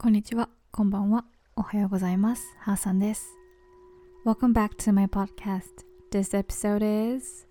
こんにちは、こんばんは、おはようございます。ハーさんです。Welcome back to my podcast. This episode is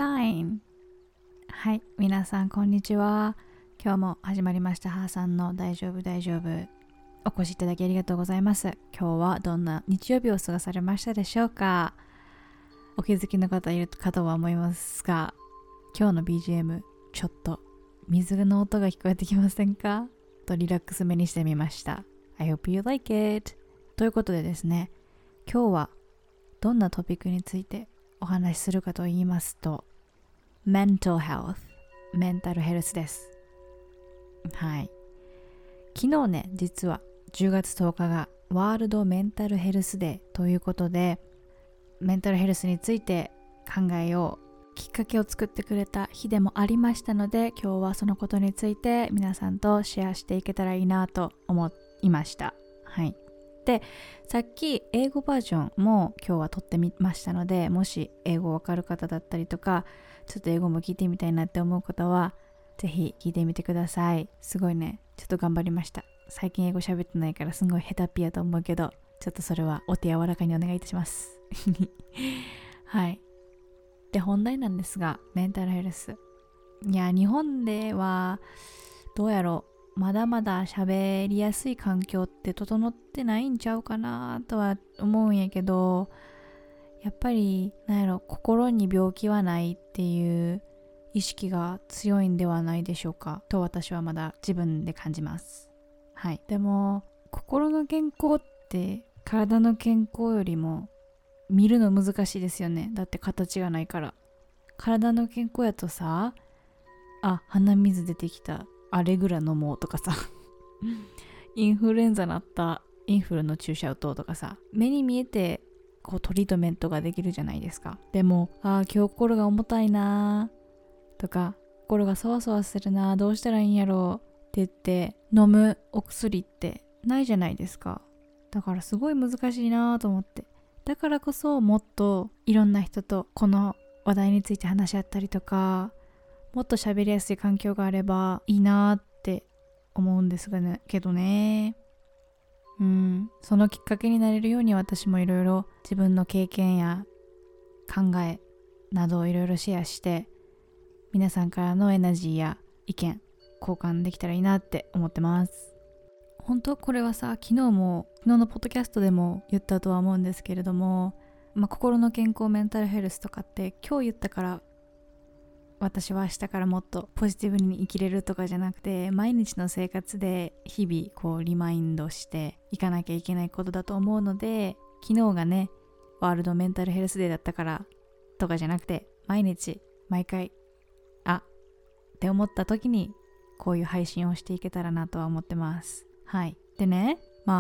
9. はい、皆さんこんにちは。今日も始まりましたハーさんの大丈夫大丈夫。お越しいただきありがとうございます。今日はどんな日曜日を過ごされましたでしょうか？お気づきの方いるかとは思いますが、今日の BGM ちょっと水の音が聞こえてきませんか？とリラックスめにしてみました。I hope you like it. ということでですね、今日はどんなトピックについてお話しするかと言いますと、mental health、メンタルヘルスです。はい。昨日ね、実は10月10日がワールドメンタルヘルスデーということで、メンタルヘルスについて考えよう、きっかけを作ってくれた日でもありましたので、今日はそのことについて皆さんとシェアしていけたらいいなと思いました。はい。で、さっき英語バージョンも今日は撮ってみましたので、もし英語わかる方だったりとか、ちょっと英語も聞いてみたいなって思う方は、ぜひ聞いてみてください。すごいね、ちょっと頑張りました。最近英語喋ってないからすごいヘタピやと思うけど、ちょっとそれはお手柔らかにお願いいたします。はい。で、本題なんですが、メンタルヘルス。いや、日本ではどうやろう、まだまだ喋りやすい環境って整ってないんちゃうかなとは思うんやけど、やっぱりなんやろ、心に病気はないっていう意識が強いんではないでしょうかと私はまだ自分で感じます。はい。でも心の健康って体の健康よりも見るの難しいですよね。だって形がないから。体の健康やとさ、鼻水出てきた、レグラ飲もうとかさインフルエンザなったインフルの注射打とうとかさ、目に見えてこうトリートメントができるじゃないですか。でも今日心が重たいなとか、心がそわそわするな、どうしたらいいんやろうって言って飲むお薬ってないじゃないですか。だからすごい難しいなと思って、だからこそもっといろんな人とこの話題について話し合ったりとか、もっと喋りやすい環境があればいいなって思うんですがね、けどね。そのきっかけになれるように私もいろいろ自分の経験や考えなどをいろいろシェアして、皆さんからのエナジーや意見交換できたらいいなって思ってます。本当これはさ、昨日のポッドキャストでも言ったとは思うんですけれども、心の健康メンタルヘルスとかって今日言ったから私は明日からもっとポジティブに生きれるとかじゃなくて、毎日の生活で日々こうリマインドしていかなきゃいけないことだと思うので、昨日がねワールドメンタルヘルスデーだったからとかじゃなくて、毎日毎回って思った時にこういう配信をしていけたらなとは思ってます。はい。でね、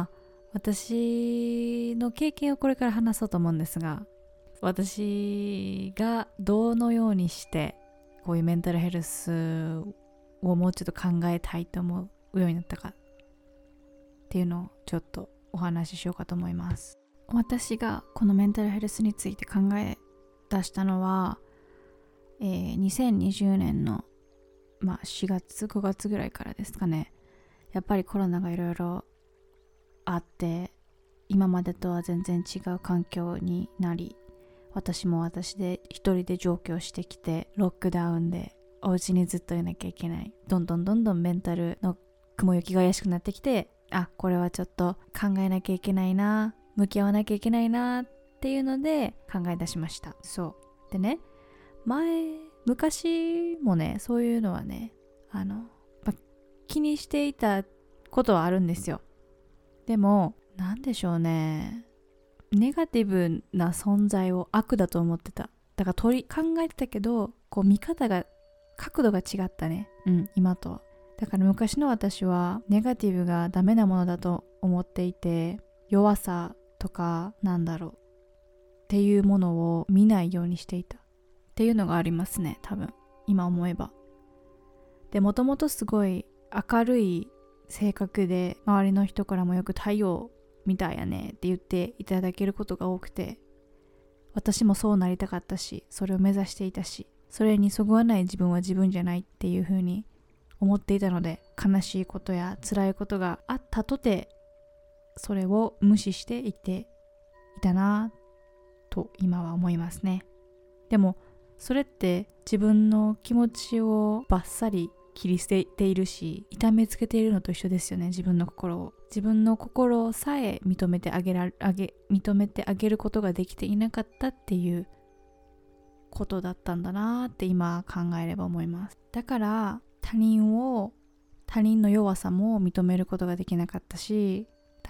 私の経験をこれから話そうと思うんですが、私がどのようにしてこういうメンタルヘルスをもうちょっと考えたいと思うようになったかっていうのをちょっとお話ししようかと思います。私がこのメンタルヘルスについて考え出したのは、2020年の4月5月ぐらいからですかね。やっぱりコロナがいろいろあって、今までとは全然違う環境になり、私も私で一人で上京してきて、ロックダウンでお家にずっといなきゃいけない、どんどんメンタルの雲行きが怪しくなってきて、これはちょっと考えなきゃいけないな、向き合わなきゃいけないなっていうので考え出しました。そうでね、昔もね、そういうのはね、気にしていたことはあるんですよ。でもなんでしょうね、ネガティブな存在を悪だと思ってた。だから考えてたけど、こう見方が角度が違ったね。今とは。だから昔の私はネガティブがダメなものだと思っていて、弱さとかっていうものを見ないようにしていたっていうのがありますね、多分今思えば。で、もともとすごい明るい性格で、周りの人からもよく太陽みたいやねって言っていただけることが多くて、私もそうなりたかったし、それを目指していたし、それにそぐわない自分は自分じゃないっていう風に思っていたので、悲しいことや辛いことがあったとてそれを無視して生きていたなと今は思いますね。でもそれって自分の気持ちをバッサリ切り捨てているし、痛めつけているのと一緒ですよね。自分の心さえ認めてあげることができていなかったっていうことだったんだなって今考えれば思います。だから他人の弱さも認めることができなかったし、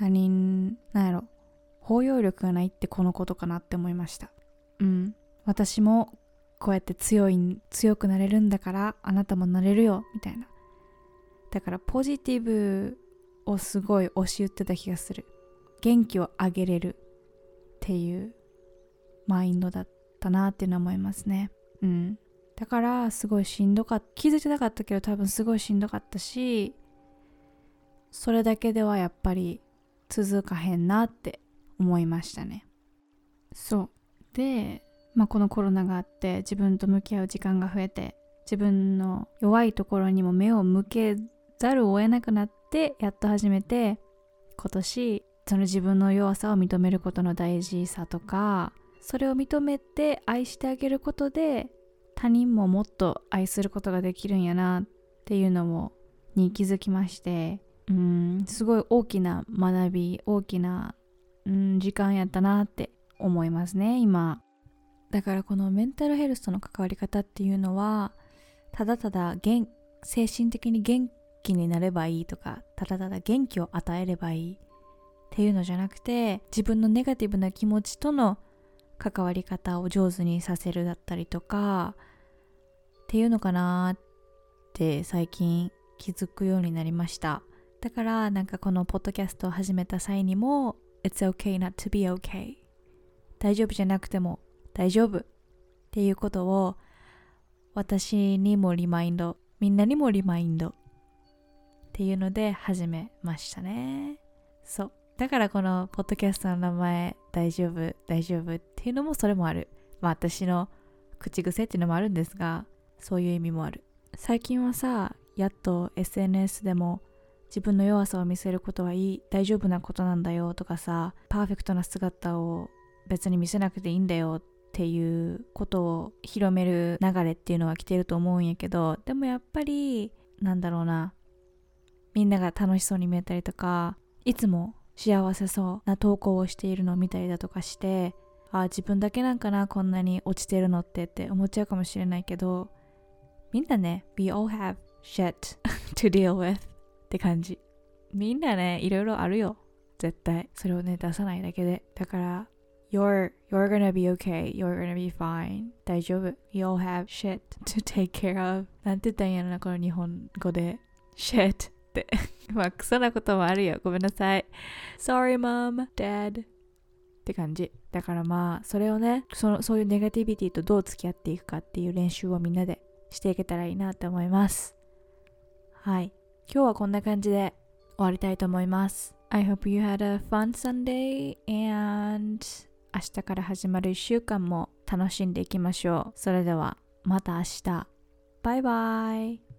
包容力がないってこのことかなって思いました。私もこうやって強くなれるんだからあなたもなれるよみたいな。だからポジティブをすごい押し売ってた気がする。元気をあげれるっていうマインドだったなっていうのは思いますね。だからすごい気づいてなかったけど多分すごいしんどかったし、それだけではやっぱり続かへんなって思いましたね。そうで、このコロナがあって自分と向き合う時間が増えて、自分の弱いところにも目を向けざるを得なくなって、やっと初めて今年その自分の弱さを認めることの大事さとか、それを認めて愛してあげることで他人ももっと愛することができるんやなっていうのに気づきまして、すごい大きな学び、大きな時間やったなって思いますね今。だからこのメンタルヘルスとの関わり方っていうのは、ただただ精神的に元気になればいいとか、ただただ元気を与えればいいっていうのじゃなくて、自分のネガティブな気持ちとの関わり方を上手にさせるだったりとかっていうのかなって最近気づくようになりました。だからこのポッドキャストを始めた際にも It's okay not to be okay、 大丈夫じゃなくても大丈夫っていうことを私にもリマインド、みんなにもリマインドっていうので始めましたね。そうだからこのポッドキャストの名前大丈夫っていうのもそれもある。私の口癖っていうのもあるんですが、そういう意味もある。最近はさ、やっと SNS でも自分の弱さを見せることはいい、大丈夫なことなんだよとかさ、パーフェクトな姿を別に見せなくていいんだよっていうことを広める流れっていうのは来てると思うんやけど、でもやっぱりみんなが楽しそうに見えたりとか、いつも幸せそうな投稿をしているのを見たりだとかして、自分だけなんかなこんなに落ちてるのって思っちゃうかもしれないけど、みんなね We all have shit to deal with って感じ。みんなねいろいろあるよ絶対。それをね出さないだけで。だからYou're gonna be okay. You're gonna be fine. 大丈夫。We all have shit to take care of. なんて言ったんやろな、この日本語で。shit って。クソなこともあるよ。ごめんなさい。Sorry, mom, dad. って感じ。だからそれをね、そういうネガティビティとどう付き合っていくかっていう練習をみんなでしていけたらいいなって思います。はい。今日はこんな感じで終わりたいと思います。I hope you had a fun Sunday and明日から始まる1週間も楽しんでいきましょう。それではまた明日。バイバイ。